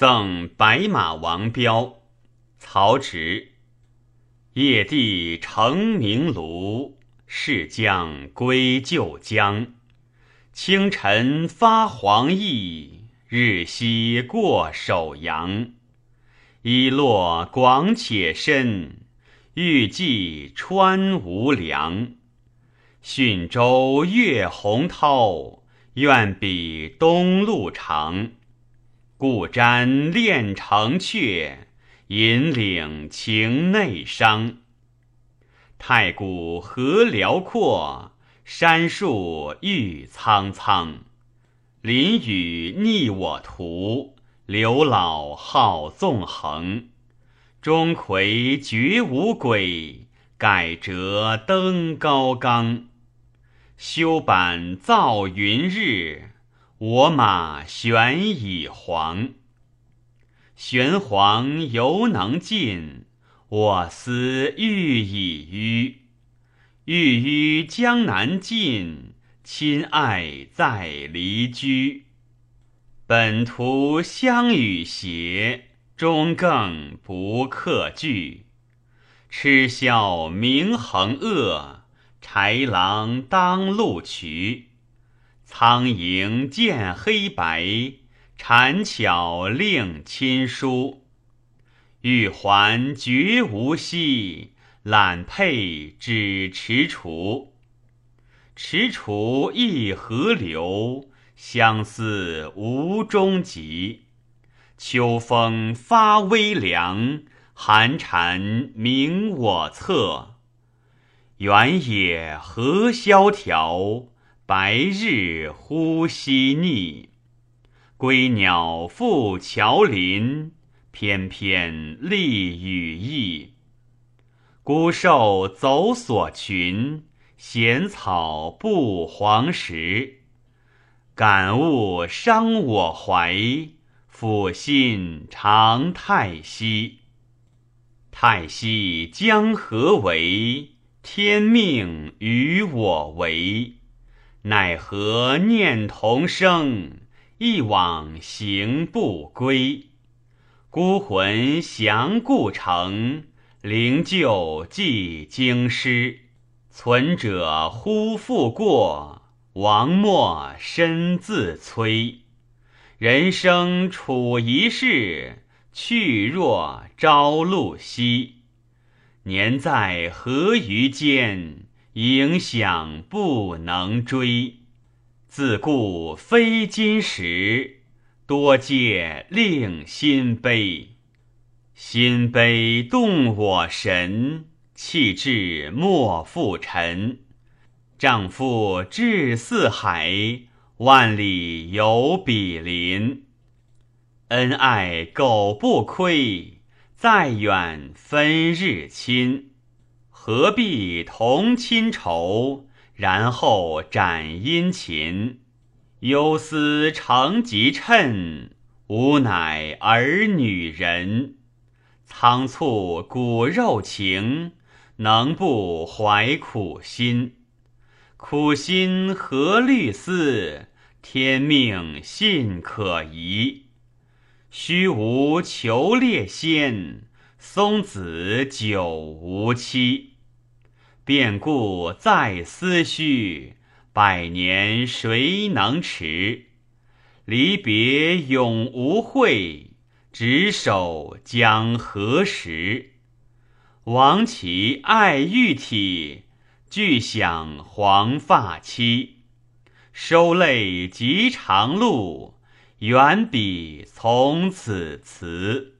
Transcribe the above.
赠白马王彪。曹植。夜帝乘鸣卢，是将归旧疆。清晨发黄翼，日夕过首阳。衣落广且深，欲济川无粮。汛州越洪涛，愿比东陆长。故瞻炼城阙，引领情内伤。太谷何辽阔，山树郁苍苍。林雨逆我途，刘老好纵横。钟馗绝无轨，改折登高冈。修板造云日，我马旋已黄。玄黄犹能尽，我思欲已淤。欲于江南尽，亲爱在离居。本图相与谐，终更不克据。痴笑明衡恶，豺狼当路渠。苍蝇见黑白，蝉巧令亲疏。玉环绝无隙，揽佩只踟蹰。踟蹰一河流，相思无终极。秋风发微凉，寒蝉鸣我侧。原野何萧条，白日忽西逆。归鸟复乔林，翩翩立羽翼。孤兽走所群，闲草不黄时。感物伤我怀，抚心常叹息。叹息将何为？天命与我违。奈何念同生，一往行不归。孤魂降故城，灵柩寄京师。存者忽复过，亡莫身自摧。人生处一世，去若朝露夕。年在河隅间，影响不能追。自顾非今时，多借令心悲。心悲动我神，气滞莫复沉。丈夫志似海，万里有比邻。恩爱苟不亏，再远分日亲。何必同亲仇，然后斩殷勤。忧思成疾趁，吾乃儿女人。仓促骨肉情，能不怀苦心。苦心何虑丝，天命信可疑。虚无求猎仙，松子久无期。变故在思绪，百年谁能持？离别永无悔，执手将何时？亡其爱玉体，俱享黄发期。收泪极长路，远比从此辞。